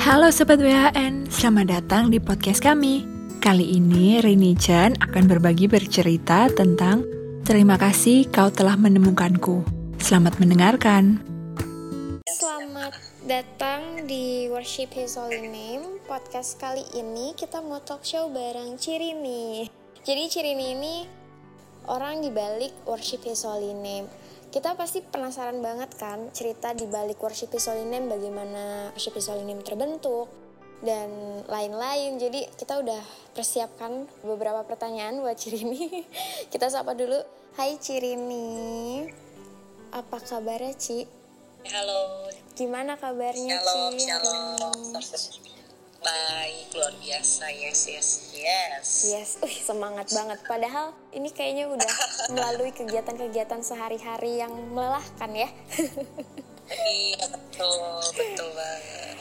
Halo Sobat WHN, selamat datang di podcast kami. Kali ini Rini Chan akan berbagi bercerita tentang Terima kasih kau telah menemukanku. Selamat mendengarkan. Selamat datang di Worship His Holy Name. Podcast kali ini kita mau talk show bareng Cirini. Jadi Cirini ini orang di balik Worship His Holy Name. Kita pasti penasaran banget kan cerita di balik Worship His Holy Name, bagaimana Worship His Holy Name terbentuk dan lain-lain. Jadi kita udah persiapkan beberapa pertanyaan buat Cirini. Kita sapa dulu. Hai Cirini, apa kabarnya Ci? Halo. Gimana kabarnya Shalom, Ci? shalom. Baik, luar biasa. Yes. Semangat banget. Padahal ini kayaknya udah melalui kegiatan-kegiatan sehari-hari yang melelahkan ya. Iya, betul banget.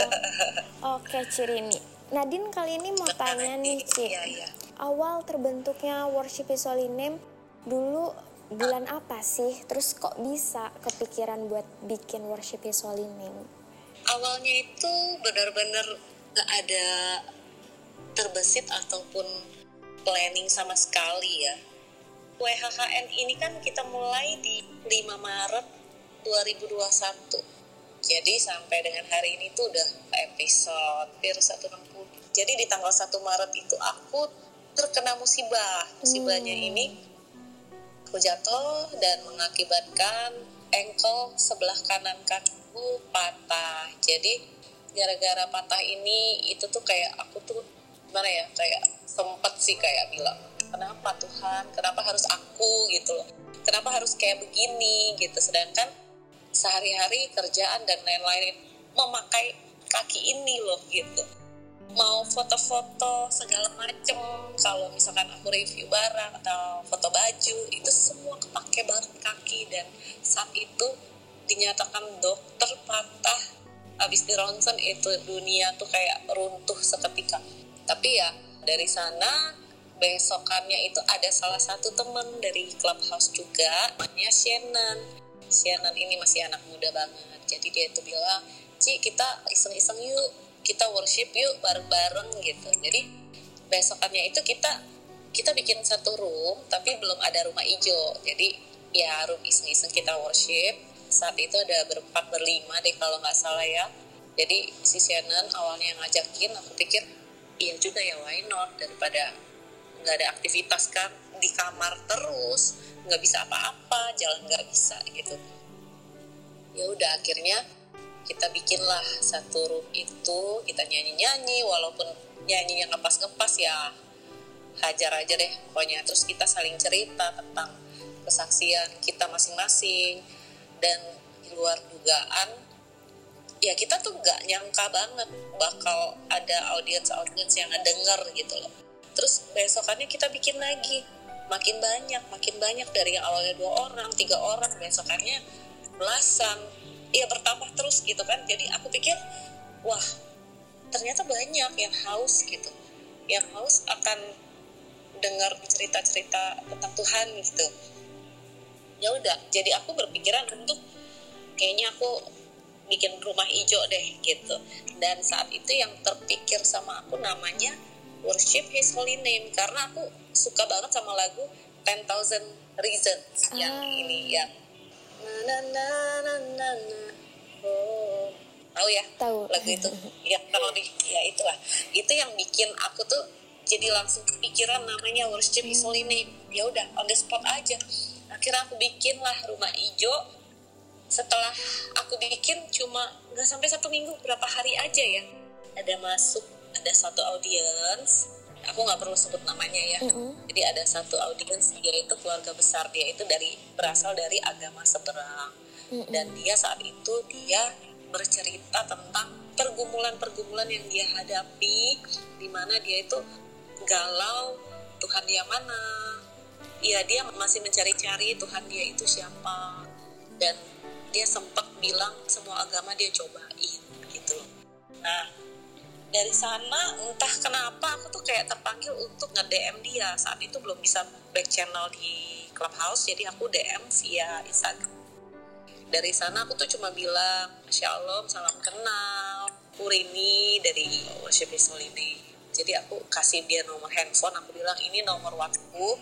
Oke, Cirini. Nadine kali ini mau tanya nih, Ci. Iya. Awal terbentuknya Worship His Holy Name dulu bulan apa sih? Terus kok bisa kepikiran buat bikin Worship His Holy Name? Awalnya itu benar-benar gak ada terbesit ataupun planning sama sekali ya. WHHN ini kan kita mulai di 5 Maret 2021. Jadi sampai dengan hari ini tuh udah episode hampir 160. Jadi di tanggal 1 Maret itu aku terkena musibah. Musibahnya ini aku jatuh dan mengakibatkan engkel sebelah kanan kakiku patah. Jadi gara-gara patah ini itu tuh kayak aku tuh gimana ya, kayak sempet sih kayak bilang, kenapa Tuhan, kenapa harus aku gitu loh, kenapa harus kayak begini gitu, sedangkan sehari-hari kerjaan dan lain-lain memakai kaki ini loh gitu, mau foto-foto segala macem, kalau misalkan aku review barang atau foto baju itu semua kepake banget kaki. Dan saat itu dinyatakan dokter patah. Habis di ronsen itu dunia tuh kayak runtuh seketika. Tapi ya dari sana besokannya itu ada salah satu teman dari Clubhouse juga, namanya Shannon ini masih anak muda banget. Jadi dia itu bilang, Ci kita iseng-iseng yuk, kita worship yuk bareng-bareng gitu. Jadi besokannya itu kita bikin satu room tapi belum ada rumah hijau. Jadi ya room iseng-iseng kita worship. Saat itu ada berlima deh kalau nggak salah ya. Jadi si Shannon awalnya yang ngajakin, aku pikir iya juga ya, why not, daripada nggak ada aktivitas kan, di kamar terus nggak bisa apa-apa, jalan nggak bisa gitu. Ya udah akhirnya kita bikinlah satu room itu, kita nyanyi-nyanyi, walaupun nyanyinya ngepas-ngepas ya hajar aja deh pokoknya. Terus kita saling cerita tentang kesaksian kita masing-masing. Dan di luar dugaan, ya kita tuh gak nyangka banget bakal ada audiens yang ngedenger gitu loh. Terus besokannya kita bikin lagi, makin banyak dari yang awalnya 2 orang, 3 orang, besokannya belasan, ya bertambah terus gitu kan. Jadi aku pikir, wah ternyata banyak yang haus gitu, yang haus akan dengar cerita-cerita tentang Tuhan gitu. Ya udah, jadi aku berpikiran untuk kayaknya aku bikin rumah hijau deh gitu. Dan saat itu yang terpikir sama aku namanya Worship His Holy Name, karena aku suka banget sama lagu 10,000 Reasons yang ini yang oh, tahu ya? Tahu. Lagu itu ya, ya itulah, itu yang bikin aku tuh jadi langsung kepikiran namanya Worship His Holy Name. Ya udah, on the spot aja. Akhirnya aku bikin lah rumah hijau. Setelah aku bikin cuma gak sampai 1 minggu, berapa hari aja ya, ada satu audiens, aku gak perlu sebut namanya ya. Jadi ada satu audiens, dia itu keluarga besar, dia itu berasal dari agama seberang. Dan dia saat itu dia bercerita tentang pergumulan yang dia hadapi, di mana dia itu galau, Tuhan dia mana. Ya dia masih mencari-cari Tuhan dia itu siapa, dan dia sempat bilang semua agama dia cobain gitu. Nah dari sana entah kenapa aku tuh kayak terpanggil untuk nge-DM dia. Saat itu belum bisa back channel di Clubhouse, jadi aku DM via Instagram. Dari sana aku tuh cuma bilang Shalom, salam kenal, Rini dari Worship His Holy Name. Jadi aku kasih dia nomor handphone, aku bilang ini nomor WhatsAppku.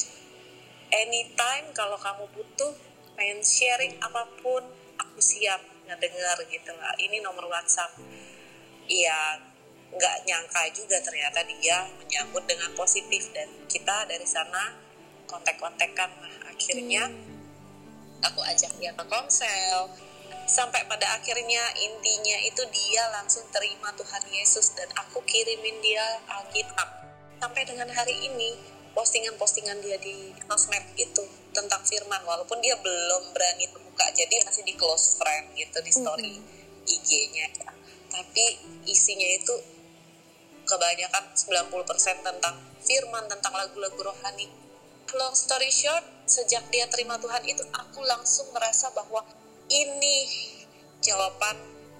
Anytime kalau kamu butuh pengen sharing apapun, aku siap ngedengar gitu lah. Ini nomor WhatsApp. Iya, nggak nyangka juga ternyata dia menyambut dengan positif, dan kita dari sana kontak-kontakan lah. Akhirnya aku ajak dia ke komsel, sampai pada akhirnya intinya itu dia langsung terima Tuhan Yesus, dan aku kirimin dia Alkitab. Sampai dengan hari ini postingan-postingan dia di sosmed itu tentang firman, walaupun dia belum berani terbuka, jadi masih di close friend gitu di story IG-nya ya. Tapi isinya itu kebanyakan 90% tentang firman, tentang lagu-lagu rohani. Long story short, sejak dia terima Tuhan itu, aku langsung merasa bahwa ini jawaban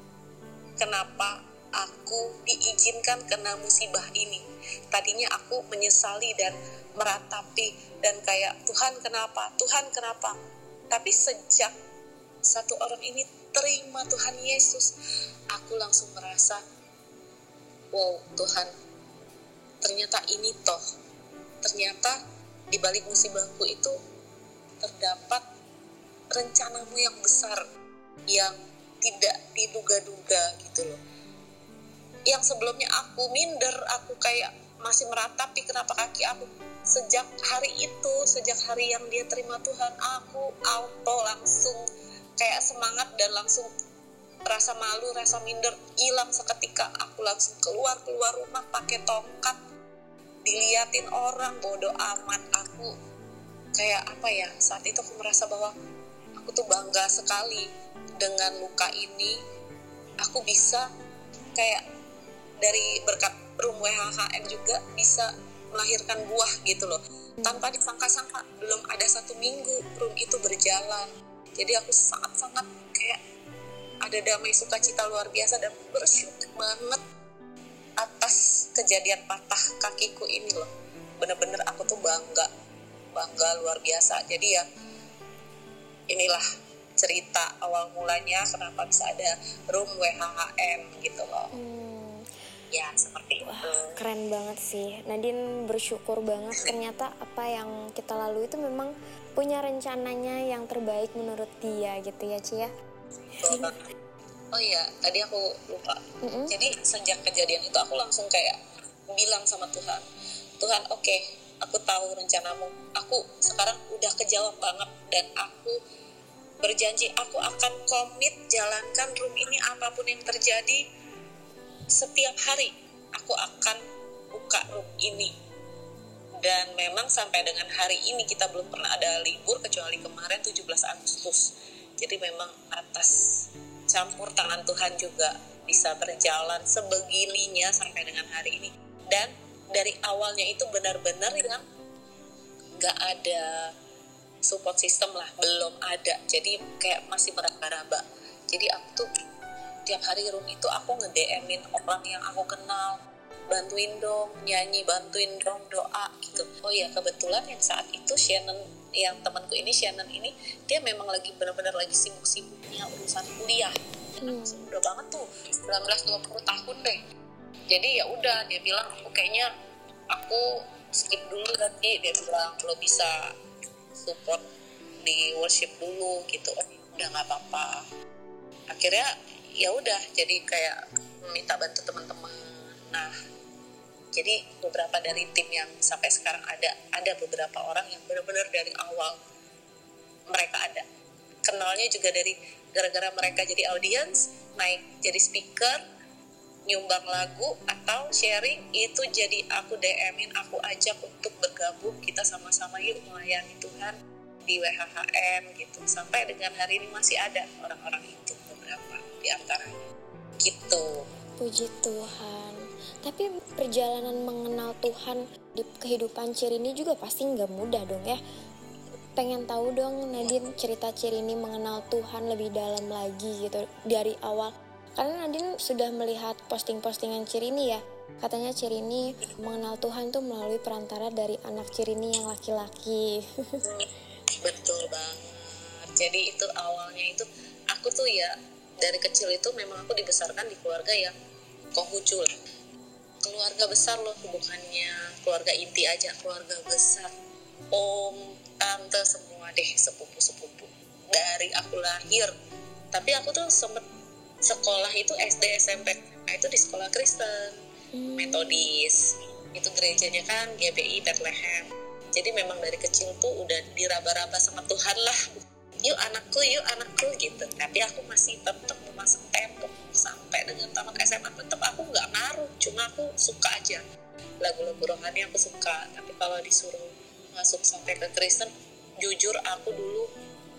kenapa aku diizinkan kena musibah ini. Tadinya aku menyesali dan meratapi dan kayak Tuhan kenapa, Tuhan kenapa. Tapi sejak satu orang ini terima Tuhan Yesus, aku langsung merasa, wow Tuhan, ternyata ini toh, ternyata di balik musibahku itu terdapat rencanamu yang besar, yang tidak diduga-duga gitu loh. Yang sebelumnya aku minder, aku kayak masih meratapi kenapa kaki aku. Sejak hari itu, sejak hari yang dia terima Tuhan, aku auto langsung kayak semangat dan langsung rasa malu, rasa minder hilang seketika. Aku langsung keluar rumah pakai tongkat, diliatin orang, bodoh amat. Aku kayak apa ya, saat itu aku merasa bahwa aku tuh bangga sekali dengan luka ini. Aku bisa kayak dari berkat room WHHM juga bisa melahirkan buah gitu loh. Tanpa disangka-sangka, belum ada 1 minggu room itu berjalan. Jadi aku sangat-sangat kayak ada damai sukacita luar biasa dan bersyukur banget atas kejadian patah kakiku ini loh. Bener-bener aku tuh bangga luar biasa. Jadi ya inilah cerita awal mulanya kenapa bisa ada room WHHM gitu loh. Ya seperti itu. Keren banget sih. Nadine bersyukur banget ternyata apa yang kita lalui itu memang punya rencananya yang terbaik menurut dia gitu ya Ci ya. Oh iya, tadi aku lupa. Jadi sejak kejadian itu aku langsung kayak bilang sama Tuhan, Tuhan oke, aku tahu rencanamu. Aku sekarang udah kejawab banget, dan aku berjanji aku akan komit jalankan room ini apapun yang terjadi. Setiap hari aku akan buka room ini. Dan memang sampai dengan hari ini kita belum pernah ada libur kecuali kemarin 17 Agustus. Jadi memang atas campur tangan Tuhan juga bisa berjalan sebegininya sampai dengan hari ini. Dan dari awalnya itu benar-benar yang gak ada support system lah, belum ada. Jadi kayak masih meraba-raba. Jadi aku tuh tiap hari room itu aku nge-DM-in orang yang aku kenal, bantuin dong nyanyi, bantuin dong doa gitu. Oh ya, kebetulan yang saat itu Shannon, yang temanku ini, Shannon ini, dia memang lagi benar-benar lagi sibuk-sibuknya urusan kuliah. Udah banget tuh, 19-20 tahun deh. Jadi ya udah, dia bilang aku kayaknya aku skip dulu nanti. Dia bilang lo bisa support di worship dulu gitu. Oh udah nggak apa-apa. Akhirnya ya udah, jadi kayak minta bantu teman-teman. Nah, jadi beberapa dari tim yang sampai sekarang ada beberapa orang yang benar-benar dari awal mereka ada. Kenalnya juga dari gara-gara mereka jadi audience, naik jadi speaker, nyumbang lagu atau sharing, itu jadi aku DM-in, aku ajak untuk bergabung, kita sama-sama yuk melayani Tuhan di WHHM gitu. Sampai dengan hari ini masih ada orang-orang itu, beberapa di antaranya gitu. Puji Tuhan. Tapi perjalanan mengenal Tuhan di kehidupan Cirini juga pasti nggak mudah dong ya. Pengen tahu dong Nadine cerita Cirini mengenal Tuhan lebih dalam lagi gitu dari awal. Karena Nadine sudah melihat posting-postingan Cirini ya. Katanya Cirini mengenal Tuhan tuh melalui perantara dari anak Cirini yang laki-laki. Betul banget. Jadi itu awalnya itu aku tuh ya dari kecil itu memang aku dibesarkan di keluarga yang Konghucu lah. Keluarga besar loh, bukannya keluarga inti aja, keluarga besar. Om, tante, semua deh, sepupu-sepupu. Dari aku lahir. Tapi aku tuh sempet sekolah itu SD, SMP. Nah, itu di sekolah Kristen, Metodis. Itu gerejanya kan GBI Bethlehem. Jadi memang dari kecil tuh udah diraba-raba sama Tuhan lah. Yuk anakku gitu. Tapi aku masih tetap memasang tempo sampai dengan tamat SMA. Tetap aku nggak ngaruh, cuma aku suka aja lagu-lagu rohani, aku suka. Tapi kalau disuruh masuk sampai ke Kristen, jujur aku dulu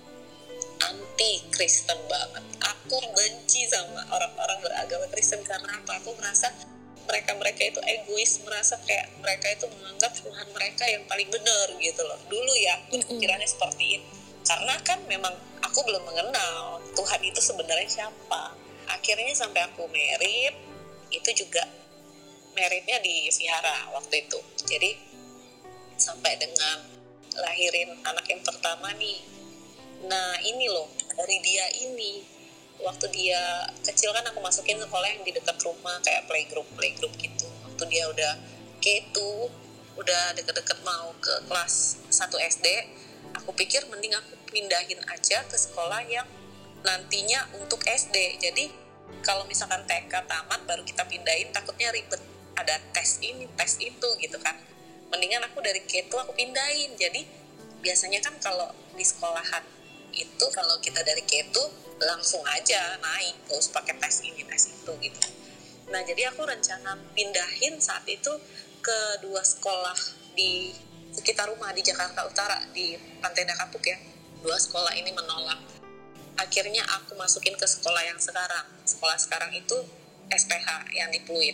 anti Kristen banget. Aku benci sama orang-orang beragama Kristen. Karena apa? Aku merasa mereka itu egois, merasa kayak mereka itu menganggap Tuhan mereka yang paling benar gitu loh. Dulu ya, pikirannya seperti itu. Karena kan memang aku belum mengenal Tuhan itu sebenarnya siapa. Akhirnya sampai aku merit, itu juga meritnya di Vihara waktu itu. Jadi sampai dengan lahirin anak yang pertama nih. Nah ini loh, dari dia ini, waktu dia kecil kan aku masukin sekolah yang di dekat rumah, kayak playgroup gitu. Waktu dia udah K2, udah deket-deket mau ke kelas 1 SD, aku pikir mending aku pindahin aja ke sekolah yang nantinya untuk SD. Jadi kalau misalkan TK tamat baru kita pindahin, takutnya ribet, ada tes ini, tes itu gitu kan. Mendingan aku dari K2 aku pindahin. Jadi biasanya kan kalau di sekolahan itu kalau kita dari K2 langsung aja naik, gak usah pakai tes ini tes itu gitu. Nah jadi aku rencana pindahin saat itu ke 2 sekolah di sekitar rumah di Jakarta Utara, di Pantai Kapuk ya. 2 sekolah ini menolak. Akhirnya aku masukin ke sekolah yang sekarang. Sekolah sekarang itu SPH yang di Pluit.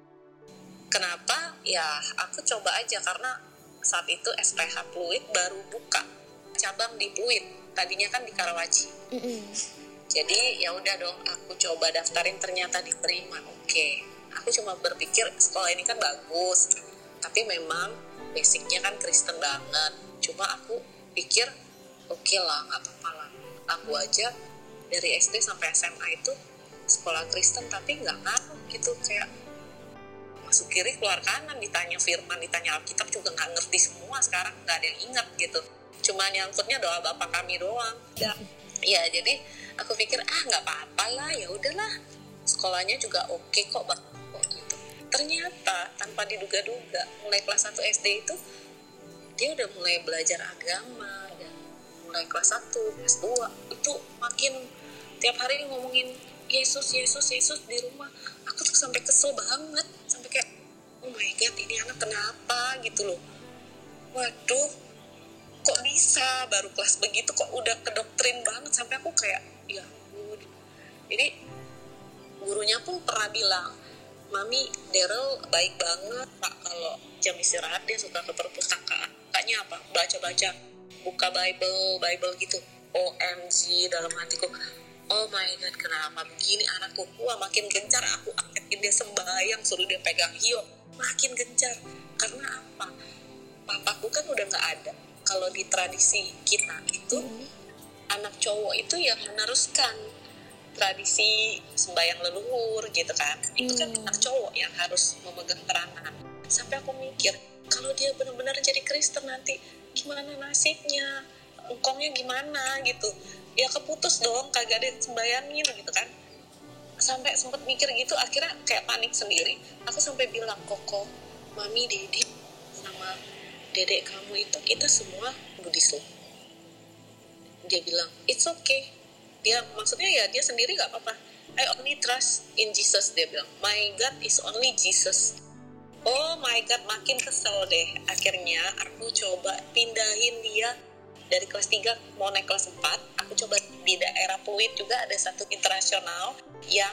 Kenapa? Ya aku coba aja karena saat itu SPH Pluit baru buka cabang di Pluit. Tadinya kan di Karawaci. Jadi ya udah dong, aku coba daftarin, ternyata diterima. Oke. Aku cuma berpikir sekolah ini kan bagus, tapi memang basicnya kan Kristen banget. Cuma aku pikir oke lah, nggak apa-apa lah. Aku aja dari SD sampai SMA itu sekolah Kristen, tapi nggak ngaruh gitu, kayak masuk kiri keluar kanan, ditanya firman, ditanya Alkitab juga nggak ngerti semua. Sekarang nggak ada yang ingat gitu. Cuma nyangkutnya doa Bapa kami doang. Ya jadi aku pikir nggak apa-apa lah, ya udahlah, sekolahnya juga oke kok gitu. Ternyata tanpa diduga-duga mulai kelas 1 SD itu dia udah mulai belajar agama, dan mulai kelas 1, kelas 2 itu makin tiap hari ngomongin Yesus di rumah. Aku tuh sampai kesel banget, sampai kayak oh my god, ini anak kenapa gitu loh. Waduh, kok bisa baru kelas begitu kok udah kedoktrin banget, sampai aku kayak ya ampun. Jadi gurunya pun pernah bilang, Mami, Daryl baik banget Pak, kalau jam istirahat dia suka ke perpustakaan. Kayaknya apa? Baca-baca, buka Bible gitu. OMG, dalam hatiku, oh my god, kenapa begini anakku? Wah, makin gencar aku angkatin dia sembahyang, suruh dia pegang hiyo, makin gencar. Karena apa? Papaku kan udah gak ada. Kalau di tradisi kita itu anak cowok itu yang meneruskan tradisi sembahyang leluhur gitu kan. Itu kan anak cowok yang harus memegang peranan. Sampai aku mikir, kalau dia benar-benar jadi Kristen nanti gimana nasibnya, engkongnya gimana gitu. Ya keputus dong, kagak ada yang sembayangin gitu kan. Sampai sempat mikir gitu, akhirnya kayak panik sendiri. Aku sampai bilang, Koko, Mami, Dedi sama dedek kamu itu kita semua Buddhis loh. Dia bilang it's okay. Dia maksudnya ya dia sendiri nggak apa-apa. I only trust in Jesus, dia bilang. My God is only Jesus. Oh my God, makin kesel deh. Akhirnya aku coba pindahin dia dari kelas 3 mau naik kelas 4. Aku coba di daerah Pluit juga ada satu internasional yang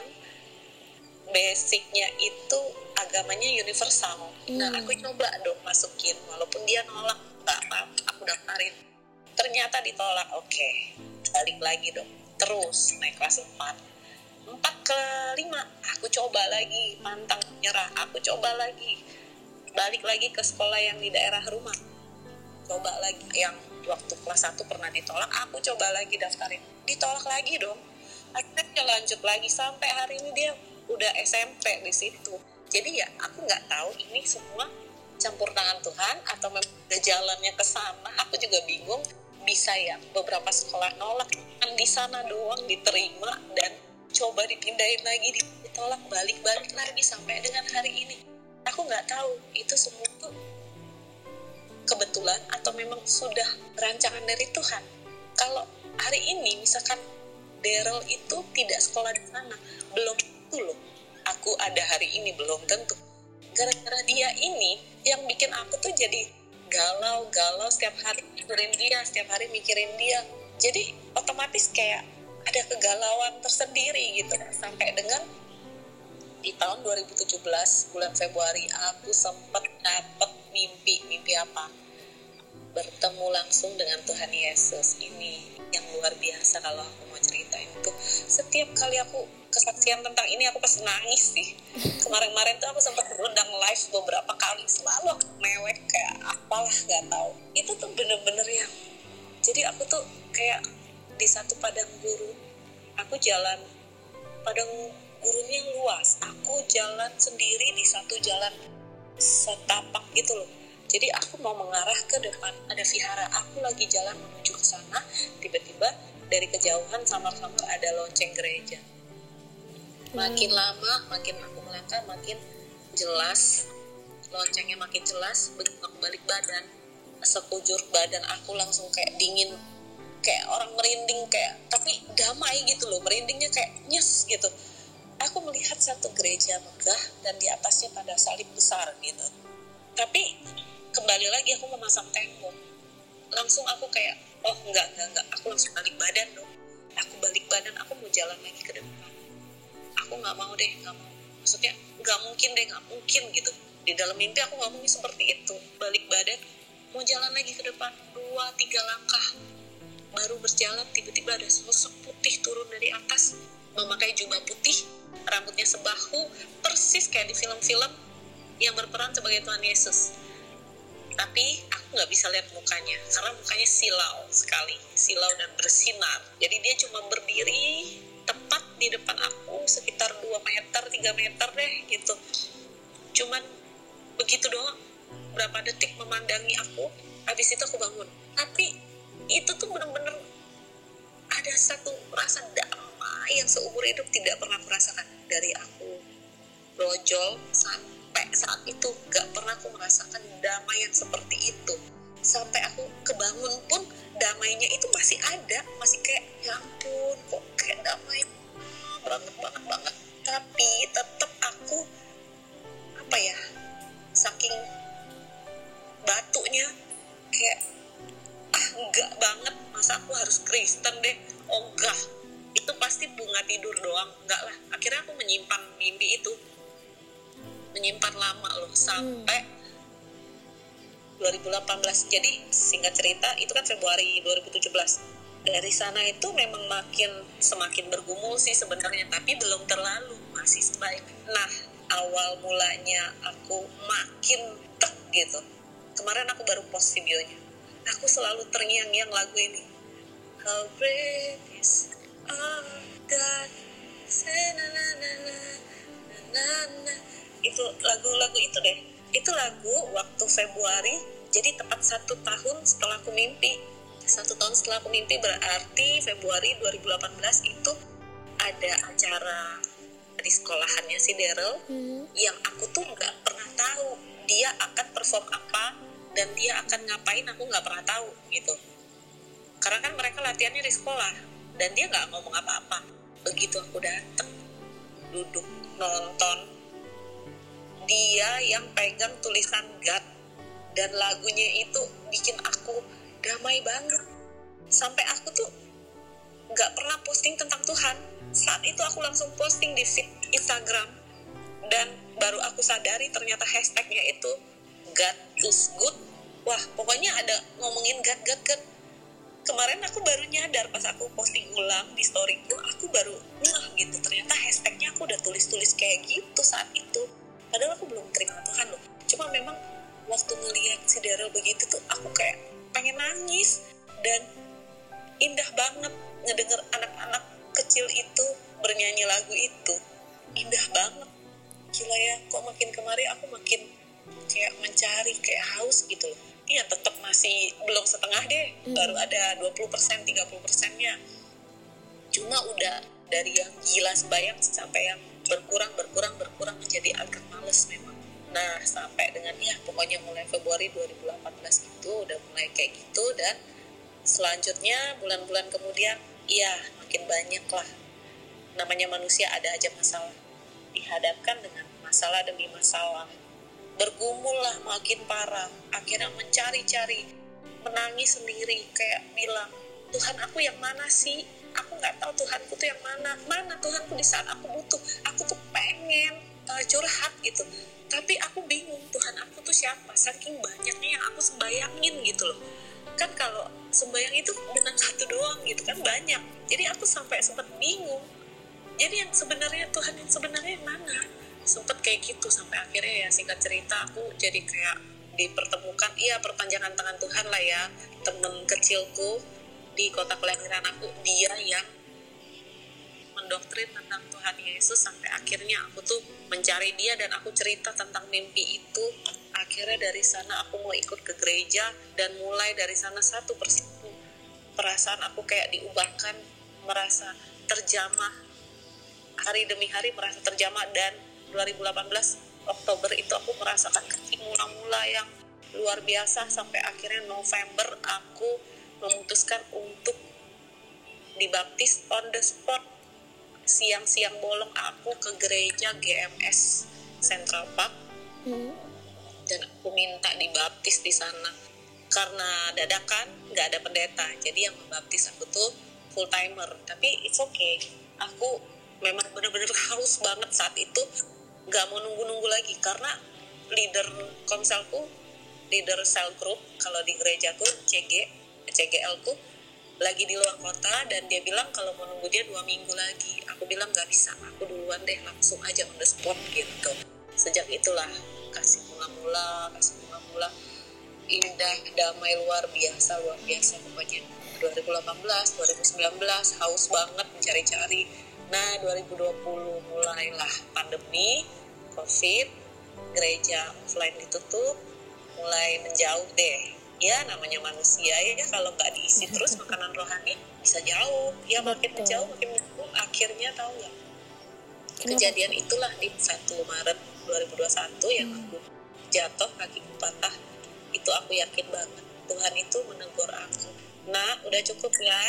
basicnya itu agamanya universal. Nah aku coba dong masukin, walaupun dia nolak, nggak apa-apa, aku daftarin. Ternyata ditolak. Oke, balik lagi dong, terus naik kelas 4 ke 5 aku coba lagi, pantang menyerah. Aku coba lagi, balik lagi ke sekolah yang di daerah rumah, coba lagi. Yang waktu kelas 1 pernah ditolak, aku coba lagi daftarin, ditolak lagi dong. akhirnya dia lanjut lagi sampai hari ini dia udah SMP di situ. Jadi ya aku nggak tahu ini semua campur tangan Tuhan atau memang ada jalannya ke sana. Aku juga bingung, bisa ya beberapa sekolah nolak kan di sana doang diterima dan coba dipindahin lagi ditolak balik-balik lagi sampai dengan hari ini. Aku nggak tahu itu semua tuh kebetulan atau memang sudah rancangan dari Tuhan. Kalau hari ini misalkan Daryl itu tidak sekolah di sana, belum tentu loh aku ada hari ini, belum tentu. Gara-gara dia ini yang bikin aku tuh jadi galau setiap hari mikirin dia. Jadi otomatis kayak ada kegalauan tersendiri gitu. Sampai dengan di tahun 2017 bulan Februari aku sempat dapet mimpi apa? Bertemu langsung dengan Tuhan Yesus. Ini yang luar biasa kalau aku mau ceritain itu. Setiap kali aku kesaksian tentang ini aku pasti nangis sih. Kemarin-kemarin tuh aku sempat berenang live beberapa kali, selalu aku mewek kayak apalah gak tahu. Itu tuh bener-bener yang, jadi aku tuh kayak di satu padang gurun, aku jalan padang gurunnya luas, aku jalan sendiri di satu jalan setapak gitu loh. Jadi aku mau mengarah ke depan, ada vihara, aku lagi jalan menuju ke sana, tiba-tiba dari kejauhan samar-samar ada lonceng gereja. Makin lama, makin aku melangkah, makin jelas, loncengnya makin jelas, begitu aku balik badan, sekujur badan aku langsung kayak dingin, kayak orang merinding, kayak tapi damai gitu loh, merindingnya kayak nyes gitu. Aku melihat satu gereja megah dan di atasnya ada salib besar gitu. Tapi kembali lagi aku memasang tembok. Langsung aku kayak, oh enggak, aku langsung balik badan dong. Aku balik badan, aku mau jalan lagi ke depan. Aku nggak mau. Maksudnya nggak mungkin gitu. Di dalam mimpi aku nggak mungkin seperti itu. Balik badan, mau jalan lagi ke depan, 2-3 langkah. Baru berjalan, tiba-tiba ada sosok putih turun dari atas, memakai jubah putih, rambutnya sebahu, persis kayak di film-film yang berperan sebagai Tuhan Yesus. Tapi aku nggak bisa lihat mukanya, karena mukanya silau sekali, silau dan bersinar. Jadi dia cuma berdiri tepat di depan aku, sekitar 2 meter, 3 meter deh gitu. Cuman begitu doang, berapa detik memandangi aku, habis itu aku bangun. Tapi itu tuh bener-bener ada satu rasa damai yang seumur hidup tidak pernah aku rasakan. Dari aku brojol sampai saat itu gak pernah aku merasakan damai yang seperti itu. Sampai aku kebangun pun damainya itu masih ada, masih kayak ya ampun kok kayak damai banget. Tapi tetap aku saking batunya kayak enggak banget, masa aku harus Kristen deh, enggak, itu pasti bunga tidur doang, enggak lah. Akhirnya aku menyimpan mimpi itu, menyimpan lama loh, sampai 2018. Jadi singkat cerita itu kan Februari 2017. Dari sana itu memang semakin bergumul sih sebenarnya, tapi belum terlalu, masih sebaik. Nah, awal mulanya aku makin tek gitu. Kemarin aku baru post videonya. Aku selalu terngiang-ngiang lagu ini. How great is our God. Itu lagu itu deh. Itu lagu waktu Februari, jadi tepat 1 tahun setelah aku mimpi. 1 tahun setelah aku mimpi berarti Februari 2018 itu ada acara di sekolahannya si Daryl yang aku tuh nggak pernah tahu dia akan perform apa dan dia akan ngapain, aku nggak pernah tahu gitu. Karena kan mereka latihannya di sekolah dan dia nggak ngomong apa-apa. Begitu aku datang, duduk nonton, dia yang pegang tulisan God dan lagunya itu bikin aku damai banget. Sampai aku tuh gak pernah posting tentang Tuhan. Saat itu aku langsung posting di feed Instagram. Dan baru aku sadari ternyata hashtagnya itu God is good. Wah, pokoknya ada ngomongin God. Kemarin aku baru nyadar pas aku posting ulang di storyku, aku baru gitu. Ternyata hashtagnya aku udah tulis kayak gitu saat itu. Padahal aku belum terima Tuhan loh. Cuma memang waktu ngeliat si Daryl begitu tuh aku kayak pengen nangis. Dan indah banget ngedenger anak-anak sekecil itu bernyanyi lagu itu indah banget. Gila ya, kok makin kemari aku makin kayak mencari, kayak haus gitu loh. Iya, tetap masih belum setengah deh, baru ada 20%, 30%-nya. Cuma udah dari yang gila sembayang sampai yang berkurang menjadi agak males memang. Nah, sampai dengan ya pokoknya mulai Februari 2018 itu udah mulai kayak gitu, dan selanjutnya bulan-bulan kemudian ya makin banyak lah. Namanya manusia ada aja masalah. Dihadapkan dengan masalah demi masalah. Bergumul lah makin parah. Akhirnya mencari-cari, menangis sendiri, kayak bilang, Tuhan aku yang mana sih? Aku nggak tahu Tuhanku tuh yang mana. Mana Tuhanku di saat aku butuh? Aku tuh pengen curhat gitu. Tapi aku bingung Tuhan aku tuh siapa? Saking banyaknya yang aku sembayangin gitu loh. Kan kalau sembayang itu dengan satu doang gitu kan banyak. Jadi aku sampai sempat bingung. Jadi yang sebenarnya Tuhan yang sebenarnya yang mana? Sempet kayak gitu sampai akhirnya ya singkat cerita aku jadi kayak dipertemukan, iya perpanjangan tangan Tuhan lah ya, temen kecilku di kota kelahiran aku, dia yang mendoktrin tentang Tuhan Yesus sampai akhirnya aku tuh mencari dia dan aku cerita tentang mimpi itu. Akhirnya dari sana aku mau ikut ke gereja dan mulai dari sana satu persatu perasaan aku kayak diubahkan, merasa terjamah, hari demi hari merasa terjamah. Dan 2018 Oktober itu aku merasakan mula-mula yang luar biasa sampai akhirnya November aku memutuskan untuk dibaptis on the spot. Siang-siang bolong aku ke gereja GMS Central Park dan aku minta dibaptis di sana. Karena dadakan nggak ada pendeta, jadi yang membaptis aku tuh full timer. Tapi it's okay, aku memang benar-benar haus banget saat itu, nggak mau nunggu-nunggu lagi karena leader komselku, leader cell group kalau di gerejaku CGL ku lagi di luar kota dan dia bilang kalau mau nunggu dia 2 minggu lagi. Aku bilang nggak bisa, aku duluan deh, langsung aja on the spot gitu. Sejak itulah kasih mula-mula indah, damai luar biasa pokoknya. 2018, 2019 haus banget mencari-cari. Nah 2020 mulailah pandemi, COVID, gereja offline ditutup, mulai menjauh deh. Ya namanya manusia ya, kalau nggak diisi terus makanan rohani bisa jauh. Ya makin menjauh, akhirnya tahu nggak? Kejadian itulah di 1 Maret 2021 yang aku jatuh, kakiku patah. Itu aku yakin banget Tuhan itu menegur aku. Nah udah cukup ya.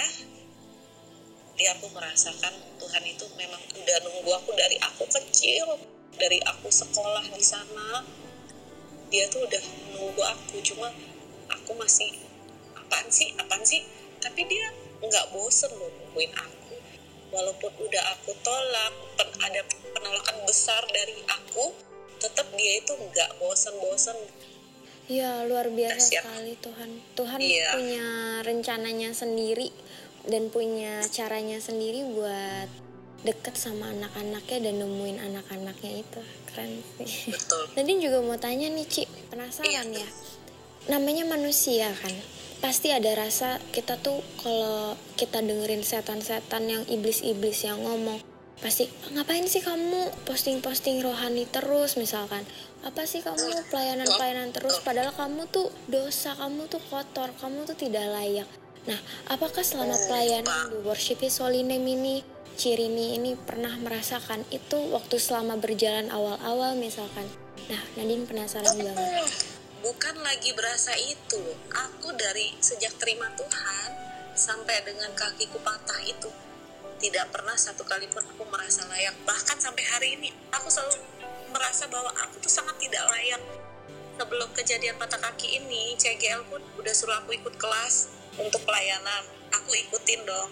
Jadi aku merasakan Tuhan itu memang udah nunggu aku dari aku kecil, dari aku sekolah di sana. Dia tuh udah nunggu aku, cuma aku masih apaan sih? Tapi dia nggak bosen loh nungguin aku. Walaupun udah aku tolak, ada penolakan besar dari aku, tetap dia itu nggak bosen-bosen. Ya luar biasa sekali Tuhan. Tuhan punya rencananya sendiri dan punya caranya sendiri buat deket sama anak-anaknya dan nemuin anak-anaknya itu. Keren sih. Betul. Nadine juga mau tanya nih Ci, penasaran ya. Namanya manusia kan, pasti ada rasa kita tuh kalau kita dengerin setan-setan yang iblis-iblis yang ngomong, pasti ngapain sih kamu posting-posting rohani terus misalkan, apa sih kamu pelayanan-pelayanan terus, padahal kamu tuh dosa, kamu tuh kotor, kamu tuh tidak layak. Nah, apakah selama pelayanan di Worship His Holy Name ini, Cirini ini pernah merasakan itu waktu selama berjalan awal-awal misalkan? Nah, Nadine penasaran banget. Bukan lagi berasa itu loh. Aku dari sejak terima Tuhan sampai dengan kakiku patah itu, tidak pernah satu kali pun aku merasa layak. Bahkan sampai hari ini, aku selalu merasa bahwa aku tuh sangat tidak layak. Sebelum kejadian patah kaki ini, CGL pun udah suruh aku ikut kelas untuk pelayanan. Aku ikutin dong.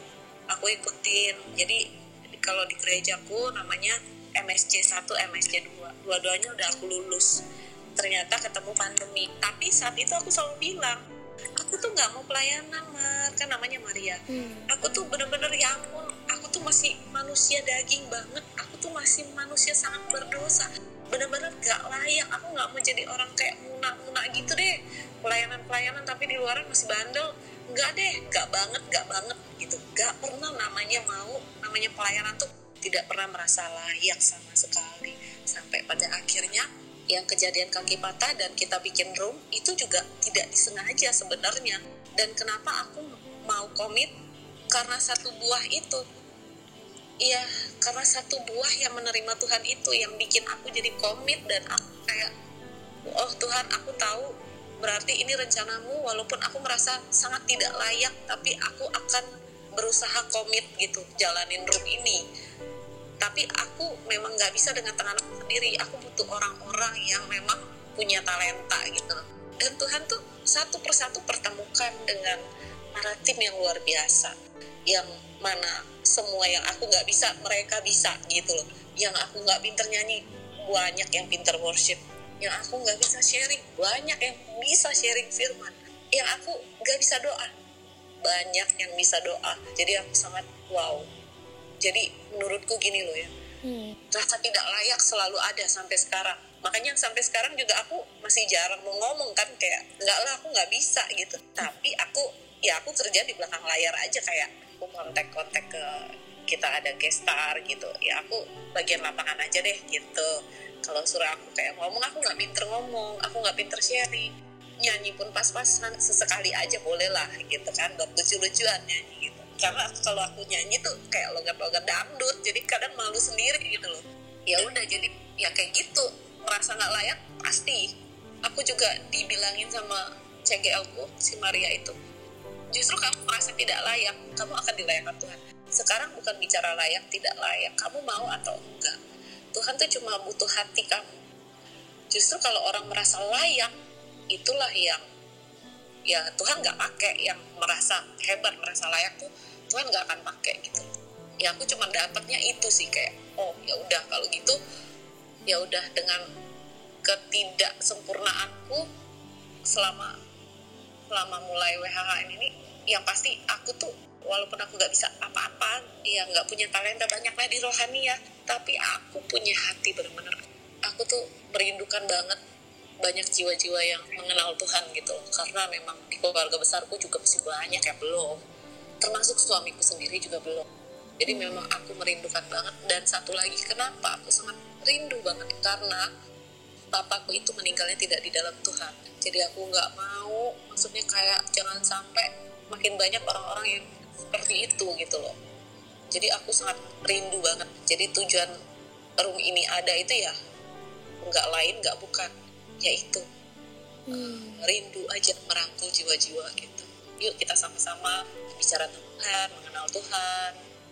Jadi kalau di gerejaku namanya MSC 1, MSC 2. Dua-duanya udah aku lulus. Ternyata ketemu pandemi. Tapi saat itu aku selalu bilang, aku tuh gak mau pelayanan, Mar. Kan namanya Maria. Aku tuh bener-bener ya ampun, aku tuh masih manusia daging banget. Aku tuh masih manusia sangat berdosa. Bener-bener gak layak. Aku gak mau jadi orang kayak muna-muna gitu deh. Pelayanan-pelayanan tapi di luaran masih bandel. Enggak deh, gak banget gitu. Gak pernah namanya namanya pelayanan tuh tidak pernah merasa layak sama sekali. Sampai pada akhirnya yang kejadian kaki patah dan kita bikin room itu juga tidak disengaja sebenarnya. Dan kenapa aku mau komit? Karena satu buah itu. Iya, karena satu buah yang menerima Tuhan itu yang bikin aku jadi komit. Dan aku kayak, oh Tuhan, aku tahu berarti ini rencanamu, walaupun aku merasa sangat tidak layak, tapi aku akan berusaha komit gitu, jalanin room ini. Tapi aku memang gak bisa dengan tangan aku sendiri, aku butuh orang-orang yang memang punya talenta gitu. Dan Tuhan tuh satu persatu pertemukan dengan para tim yang luar biasa, yang mana semua yang aku gak bisa, mereka bisa gitu loh. Yang aku gak pinter nyanyi, banyak yang pinter worship. Yang aku gak bisa sharing, banyak yang bisa sharing firman. Yang aku gak bisa doa, banyak yang bisa doa. Jadi aku sangat wow. Jadi menurutku gini loh ya, rasa tidak layak selalu ada sampai sekarang. Makanya sampai sekarang juga aku masih jarang mau ngomong kan, kayak enggak lah, aku nggak bisa gitu. Tapi aku kerja di belakang layar aja, kayak aku kontak ke kita ada guest star gitu. Ya aku bagian lapangan aja deh gitu. Kalau suruh aku kayak ngomong, aku nggak pinter ngomong, aku nggak pinter sharing. Nyanyi pun pas-pasan, sesekali aja boleh lah gitu kan, buat lucu-lucuan nyanyi gitu. Karena kalau aku nyanyi tuh kayak logat-logat dangdut, jadi kadang malu sendiri gitu loh. Ya udah, jadi ya kayak gitu, merasa nggak layak pasti. Aku juga dibilangin sama CGL ku, si Maria itu, justru kamu merasa tidak layak, kamu akan dilayakkan Tuhan. Sekarang bukan bicara layak tidak layak, kamu mau atau enggak. Tuhan tuh cuma butuh hati kamu. Justru kalau orang merasa layak, itulah yang ya Tuhan nggak pakai. Yang merasa hebat, merasa layak tuh Tuhan nggak akan pakai gitu. Ya aku cuma dapatnya itu sih, kayak oh ya udah kalau gitu, ya udah, dengan ketidaksempurnaanku selama mulai WHHN ini, yang pasti aku tuh walaupun aku nggak bisa apa-apa, ya nggak punya talenta banyak lah di rohani ya, tapi aku punya hati benar-benar. Aku tuh merindukan banget banyak jiwa-jiwa yang mengenal Tuhan gitu, karena memang di keluarga besarku juga masih banyak yang belum, termasuk suamiku sendiri juga belum. Jadi memang aku merindukan banget. Dan satu lagi, kenapa aku sangat rindu banget, karena papaku itu meninggalnya tidak di dalam Tuhan. Jadi aku nggak mau, maksudnya kayak jangan sampai makin banyak orang-orang yang seperti itu gitu loh. Jadi aku sangat rindu banget. Jadi tujuan room ini ada itu ya nggak lain, nggak bukan, yaitu rindu aja merangkul jiwa-jiwa gitu. Yuk kita sama-sama bicara Tuhan, mengenal Tuhan.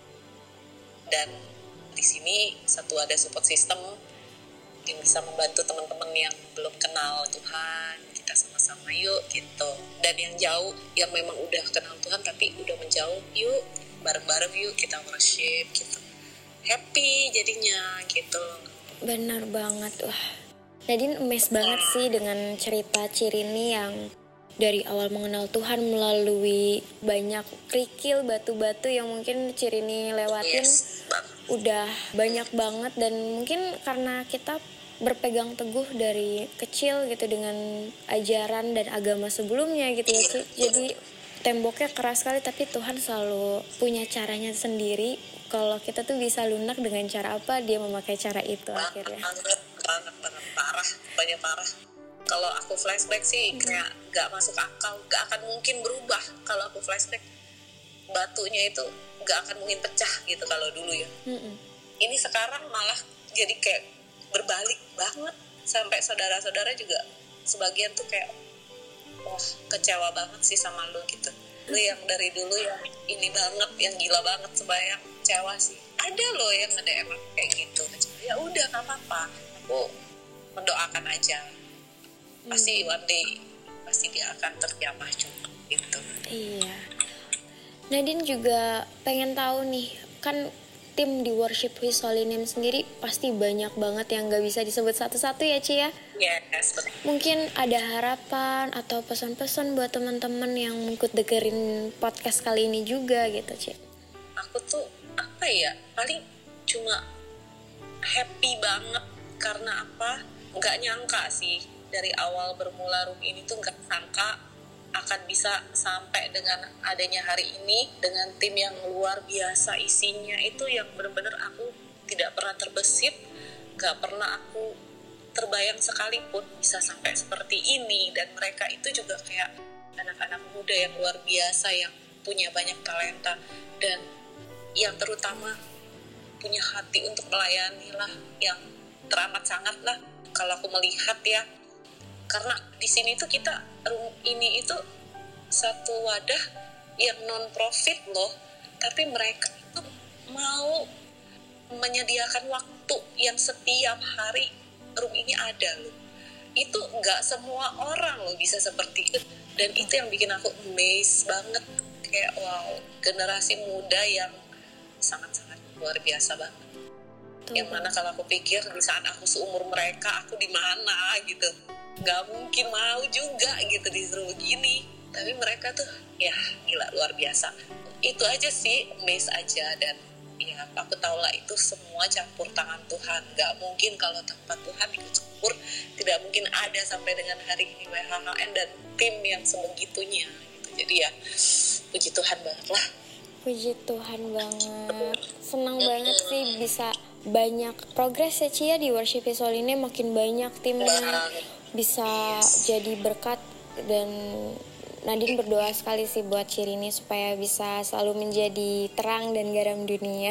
Dan di sini ada support system yang bisa membantu teman-teman yang belum kenal Tuhan. Kita sama-sama yuk gitu. Dan yang jauh, yang memang udah kenal Tuhan tapi udah menjauh, yuk bareng-bareng yuk kita worship gitu. Happy jadinya gitu. Benar banget. Wah, Nadine amazed banget sih dengan cerita Cirini yang dari awal mengenal Tuhan melalui banyak kerikil, batu-batu yang mungkin Cirini lewatin. Udah banyak banget, dan mungkin karena kita berpegang teguh dari kecil gitu dengan ajaran dan agama sebelumnya gitu ya Ci. Jadi temboknya keras sekali, tapi Tuhan selalu punya caranya sendiri. Kalau kita tuh bisa lunak dengan cara apa, dia memakai cara itu akhirnya. Banget, parah. Kalau aku flashback sih kayak gak masuk akal, gak akan mungkin berubah. Kalau aku flashback, batunya itu gak akan mungkin pecah gitu kalau dulu ya. Ini sekarang malah jadi kayak berbalik banget. Sampai saudara-saudara juga sebagian tuh kayak, wah kecewa banget sih sama lu gitu. Lu yang dari dulu yang ini banget, yang gila banget sembahyang, kecewa sih. Ada loh yang nge-DM kayak gitu. Ya udah gak apa-apa, aku mendoakan aja. Pasti one day pasti dia akan terjamah juga gitu. Iya. Nadine juga pengen tahu nih, kan tim di Worship His Holy Name sendiri pasti banyak banget yang gak bisa disebut satu-satu ya Ci ya? Yes, betul. Mungkin ada harapan atau pesan-pesan buat teman-teman yang ikut dengerin podcast kali ini juga gitu Ci? Aku tuh apa ya, paling cuma happy banget. Karena apa? Gak nyangka sih, dari awal bermula room ini tuh gak sangka akan bisa sampai dengan adanya hari ini dengan tim yang luar biasa isinya, itu yang benar-benar aku tidak pernah terbesit, gak pernah aku terbayang sekalipun bisa sampai seperti ini. Dan mereka itu juga kayak anak-anak muda yang luar biasa yang punya banyak talenta dan yang terutama punya hati untuk melayani lah, yang teramat sangat lah kalau aku melihat ya. Karena di sini tuh kita ini itu satu wadah yang non profit loh, tapi mereka itu mau menyediakan waktu yang setiap hari room ini ada loh. Itu nggak semua orang loh bisa seperti itu, dan itu yang bikin aku amazed banget, kayak wow, generasi muda yang sangat-sangat luar biasa banget. Yang mana kalau aku pikir di saat aku seumur mereka, aku di mana gitu, nggak mungkin mau juga gitu disuruh begini. Tapi mereka tuh ya gila, luar biasa. Itu aja sih, amazed aja. Dan ya aku tahu lah itu semua campur tangan Tuhan. Nggak mungkin kalau tanpa Tuhan ikut campur, tidak mungkin ada sampai dengan hari ini WHHN dan tim yang sebegitunya gitu. Jadi ya puji Tuhan banget lah. Puji Tuhan banget. Senang banget sih bisa banyak progres ya Cia di Worship Visual ini, makin banyak timnya, bisa jadi berkat. Dan Nadine berdoa sekali sih buat Cirini supaya bisa selalu menjadi terang dan garam dunia.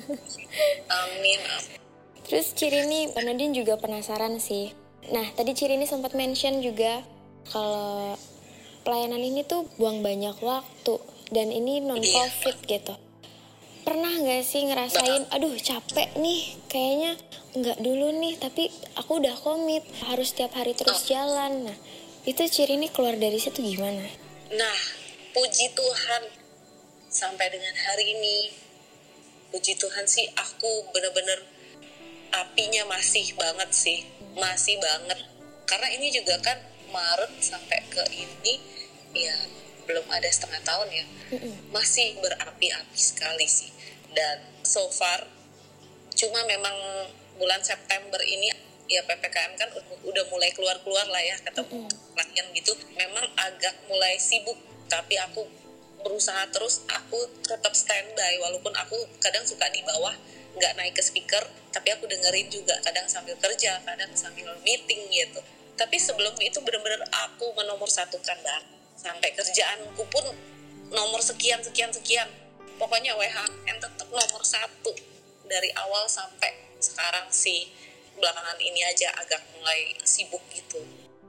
Amin. Terus Cirini, Nadine juga penasaran sih. Nah, tadi Cirini sempat mention juga kalau pelayanan ini tuh buang banyak waktu dan ini non-profit gitu. Pernah gak sih ngerasain, aduh capek nih, kayaknya enggak dulu nih, tapi aku udah komit, harus tiap hari terus jalan. Nah, itu Cirini keluar dari situ gimana? Nah, puji Tuhan sampai dengan hari ini, puji Tuhan sih aku benar-benar apinya masih banget sih, masih banget. Karena ini juga kan Maret sampai ke ini ya belum ada setengah tahun ya, masih berapi-api sekali sih. Dan so far cuma memang bulan September ini ya PPKM kan udah mulai keluar-keluar lah ya, ketemu latihan gitu, memang agak mulai sibuk, tapi aku berusaha terus, aku tetap standby, walaupun aku kadang suka di bawah nggak naik ke speaker, tapi aku dengerin juga, kadang sambil kerja, kadang sambil meeting gitu. Tapi sebelum itu benar-benar aku menomorsatukan banget, sampai kerjaanku pun nomor sekian, pokoknya WHN tetap nomor 1 dari awal sampai sekarang sih. Belakangan ini aja agak mulai sibuk gitu.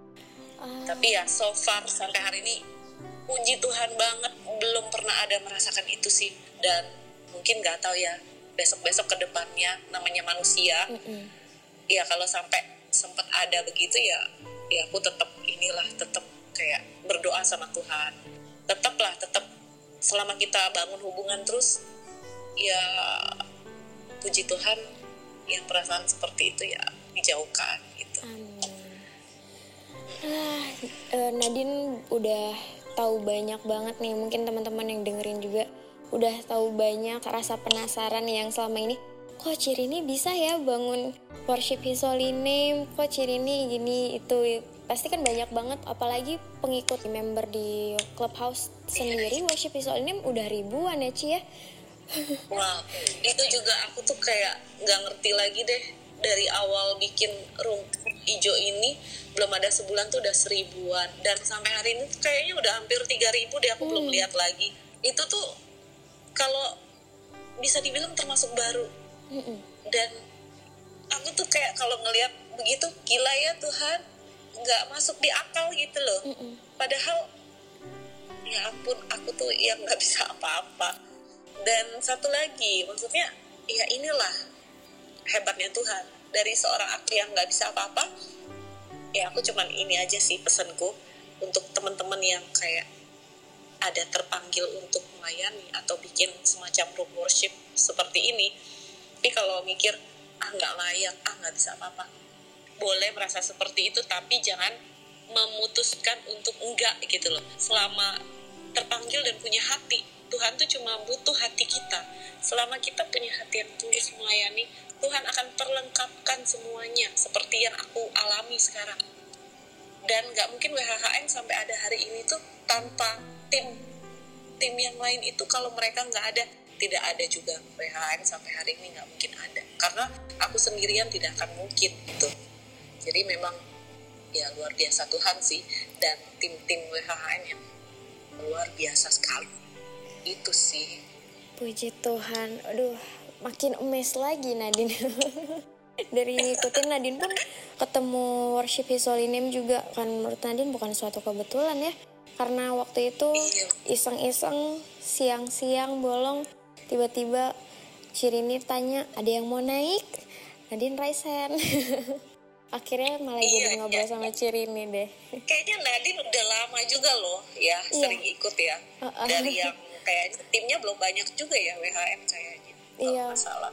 Tapi ya so far sampai hari ini puji Tuhan banget belum pernah ada merasakan itu sih. Dan mungkin gak tahu ya besok-besok ke depannya, namanya manusia. Ya kalau sampai sempat ada begitu ya aku tetap kayak berdoa sama Tuhan. Tetap selama kita bangun hubungan terus ya puji Tuhan yang perasaan seperti itu ya dijauhkan gitu. Nadine udah tahu banyak banget nih, mungkin teman-teman yang dengerin juga udah tahu banyak rasa penasaran yang selama ini, kok Cirini bisa ya bangun Worship His Holy Name, kok Cirini gini itu. Pasti kan banyak banget, apalagi pengikut member di Clubhouse sendiri Worship His Holy Name udah ribuan ya Ci ya. Wow, itu juga aku tuh kayak nggak ngerti lagi deh, dari awal bikin room hijau ini belum ada sebulan tuh udah 1000-an, dan sampai hari ini tuh kayaknya udah hampir 3000 deh, aku belum lihat lagi. Itu tuh kalau bisa dibilang termasuk baru. Dan aku tuh kayak kalau ngelihat begitu, gila ya Tuhan, nggak masuk di akal gitu loh. Padahal ya ampun, aku tuh yang nggak bisa apa-apa. Dan satu lagi, maksudnya ya inilah hebatnya Tuhan. Dari seorang aku yang gak bisa apa-apa, ya aku cuman ini aja sih pesanku untuk teman-teman yang kayak ada terpanggil untuk melayani atau bikin semacam room worship seperti ini, tapi kalau mikir gak layak, gak bisa apa-apa, boleh merasa seperti itu, tapi jangan memutuskan untuk enggak gitu loh. Selama terpanggil dan punya hati, Tuhan tuh cuma butuh hati kita. Selama kita punya hati yang tulus melayani, Tuhan akan perlengkapkan semuanya seperti yang aku alami sekarang. Dan nggak mungkin WHHN sampai ada hari ini tuh tanpa tim yang lain itu. Kalau mereka nggak ada, tidak ada juga WHHN sampai hari ini, nggak mungkin ada. Karena aku sendirian tidak akan mungkin gitu. Jadi memang ya luar biasa Tuhan sih, dan tim WHHN yang luar biasa sekali. Itu sih. Puji Tuhan. Aduh, makin amazed lagi Nadine. Dari ngikutin Nadine pun ketemu Worship His Holy Name juga kan, menurut Nadine bukan suatu kebetulan ya, karena waktu itu iseng-iseng siang-siang bolong tiba-tiba Cirini tanya ada yang mau naik, Nadine raise hand. Akhirnya malah jadi ngobrol sama Cirini deh. Kayaknya Nadine udah lama juga loh ya sering ikut ya. Dari yang kayaknya timnya belum banyak juga ya WHM kayaknya. Kalau masalah.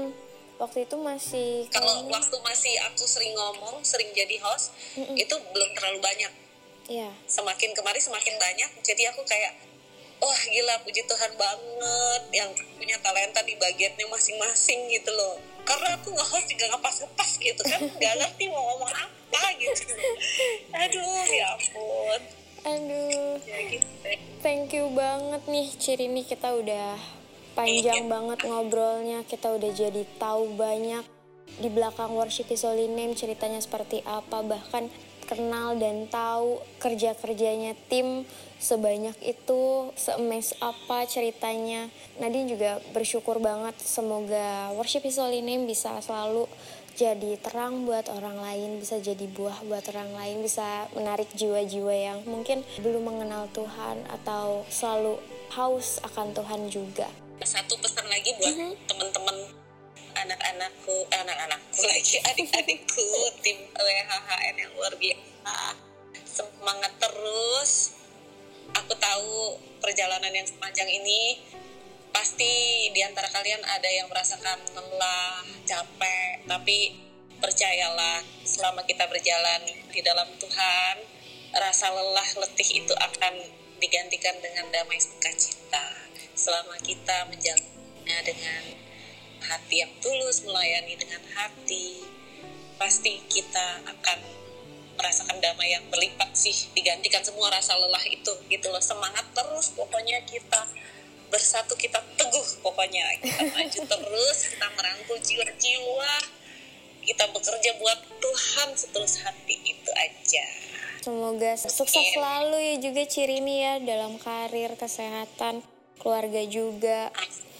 Waktu itu masih waktu masih aku sering ngomong, sering jadi host, itu belum terlalu banyak. Iya. Semakin kemari semakin banyak, jadi aku kayak wah gila, puji Tuhan banget yang punya talenta di bagiannya masing-masing gitu loh. Karena aku nge-host juga ngepas-ngepas gitu kan, gak ngerti mau ngomong apa gitu. Aduh ya ampun. Aduh. Ya gitu. Thank you banget nih Cirini, kita udah panjang banget ngobrolnya, kita udah jadi tahu banyak di belakang Worship His Holy Name, ceritanya seperti apa, bahkan kenal dan tahu kerja-kerjanya tim sebanyak itu, se-amaze apa ceritanya. Nadine juga bersyukur banget, semoga Worship His Holy Name bisa selalu jadi terang buat orang lain, bisa jadi buah buat orang lain, bisa menarik jiwa-jiwa yang mungkin belum mengenal Tuhan atau selalu haus akan Tuhan juga. Satu pesan lagi buat teman-teman anak-anakku lagi, adik-adikku tim WHHN yang luar biasa, semangat terus. Aku tahu perjalanan yang sepanjang ini pasti di antara kalian ada yang merasakan lelah, capek, tapi percayalah, selama kita berjalan di dalam Tuhan, rasa lelah, letih itu akan digantikan dengan damai sukacita. Selama kita menjalannya dengan hati yang tulus, melayani dengan hati, pasti kita akan merasakan damai yang berlipat sih, digantikan semua rasa lelah itu gitu loh. Semangat terus pokoknya, kita bersatu, kita teguh pokoknya, kita maju terus, kita merangkul jiwa-jiwa, kita bekerja buat Tuhan setulus hati, itu aja. Semoga sukses selalu ya juga Cirini ya, dalam karir, kesehatan, keluarga juga.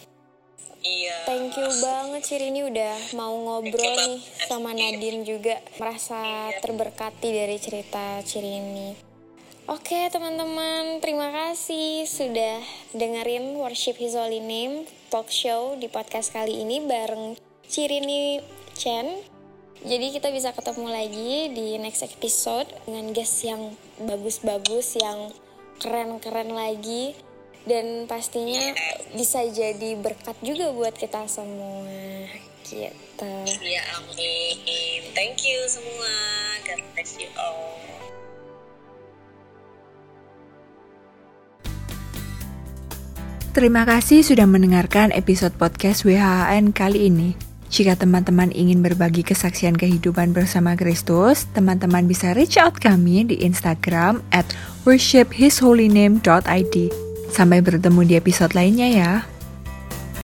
Iya. Thank you banget Cirini udah mau ngobrol nih sama Nadine juga. Merasa terberkati dari cerita Cirini. Oke teman-teman, terima kasih sudah dengerin Worship His Holy Name Talk Show di podcast kali ini bareng Cirini Chen. Jadi kita bisa ketemu lagi di next episode dengan guest yang bagus-bagus, yang keren-keren lagi. Dan pastinya bisa jadi berkat juga buat kita semua gitu. Ya amin. Thank you semua. God bless you all. Terima kasih sudah mendengarkan episode podcast WHHN kali ini. Jika teman-teman ingin berbagi kesaksian kehidupan bersama Kristus, teman-teman bisa reach out kami di Instagram @worshiphisholyname.id. Sampai bertemu di episode lainnya ya.